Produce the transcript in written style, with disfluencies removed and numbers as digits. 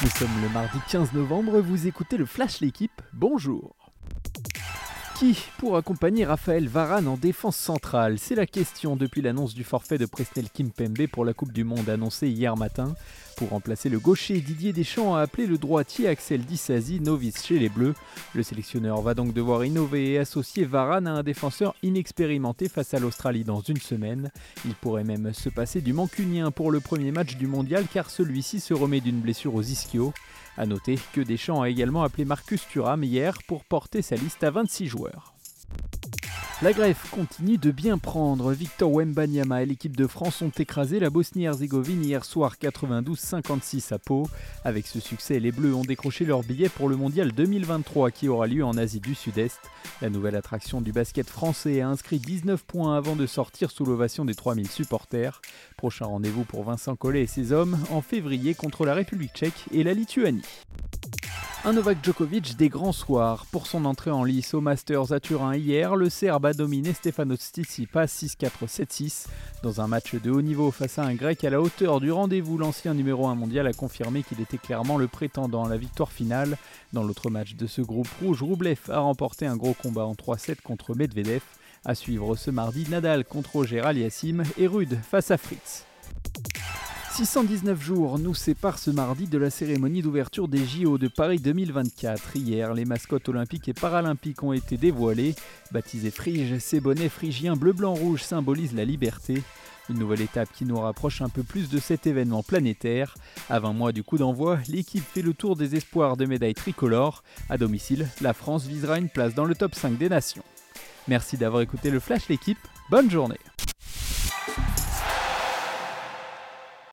Nous sommes le mardi 15 novembre, vous écoutez le Flash L'équipe, bonjour. Qui pour accompagner Raphaël Varane en défense centrale? C'est la question depuis l'annonce du forfait de Presnel Kimpembe pour la Coupe du Monde annoncée hier matin. Pour remplacer le gaucher, Didier Deschamps a appelé le droitier Axel Disasi, novice chez les Bleus. Le sélectionneur va donc devoir innover et associer Varane à un défenseur inexpérimenté face à l'Australie dans une semaine. Il pourrait même se passer du mancunien pour le premier match du mondial car celui-ci se remet d'une blessure aux ischios. A noter que Deschamps a également appelé Marcus Thuram hier pour porter sa liste à 26 joueurs. La greffe continue de bien prendre. Victor Wembanyama et l'équipe de France ont écrasé la Bosnie-Herzégovine hier soir 92-56 à Pau. Avec ce succès, les Bleus ont décroché leur billet pour le mondial 2023 qui aura lieu en Asie du Sud-Est. La nouvelle attraction du basket français a inscrit 19 points avant de sortir sous l'ovation des 3000 supporters. Prochain rendez-vous pour Vincent Collet et ses hommes en février contre la République tchèque et la Lituanie. Un Novak Djokovic des grands soirs. Pour son entrée en lice au Masters à Turin hier, le Serbe a dominé Stefanos Tsitsipas 6-4-7-6. Dans un match de haut niveau face à un Grec à la hauteur du rendez-vous, l'ancien numéro 1 mondial a confirmé qu'il était clairement le prétendant à la victoire finale. Dans l'autre match de ce groupe rouge, Rublev a remporté un gros combat en 3-7 contre Medvedev. À suivre ce mardi, Nadal contre Roger Aliassime et Rude face à Fritz. 619 jours nous séparent ce mardi de la cérémonie d'ouverture des JO de Paris 2024. Hier, les mascottes olympiques et paralympiques ont été dévoilées. Baptisés Frige, ces bonnets phrygiens bleu-blanc-rouge symbolisent la liberté. Une nouvelle étape qui nous rapproche un peu plus de cet événement planétaire. À 20 mois du coup d'envoi, l'équipe fait le tour des espoirs de médailles tricolores. À domicile, la France visera une place dans le top 5 des nations. Merci d'avoir écouté le Flash L'équipe, bonne journée.